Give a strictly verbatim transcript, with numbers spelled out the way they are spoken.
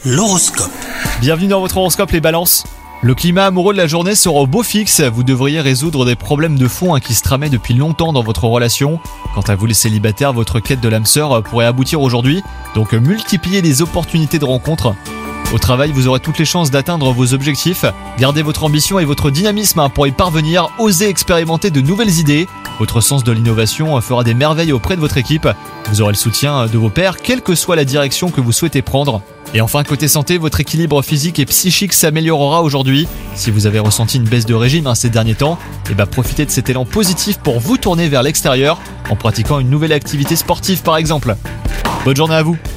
L'horoscope. Bienvenue dans votre horoscope les balances. Le climat amoureux de la journée sera au beau fixe, vous devriez résoudre des problèmes de fond hein, qui se tramaient depuis longtemps dans votre relation. Quant à vous les célibataires, votre quête de l'âme sœur pourrait aboutir aujourd'hui, donc multipliez les opportunités de rencontre. Au travail, vous aurez toutes les chances d'atteindre vos objectifs. Gardez votre ambition et votre dynamisme hein, pour y parvenir, osez expérimenter de nouvelles idées. Votre sens de l'innovation fera des merveilles auprès de votre équipe. Vous aurez le soutien de vos pairs, quelle que soit la direction que vous souhaitez prendre. Et enfin, côté santé, votre équilibre physique et psychique s'améliorera aujourd'hui. Si vous avez ressenti une baisse de régime hein, ces derniers temps, eh ben, profitez de cet élan positif pour vous tourner vers l'extérieur en pratiquant une nouvelle activité sportive par exemple. Bonne journée à vous!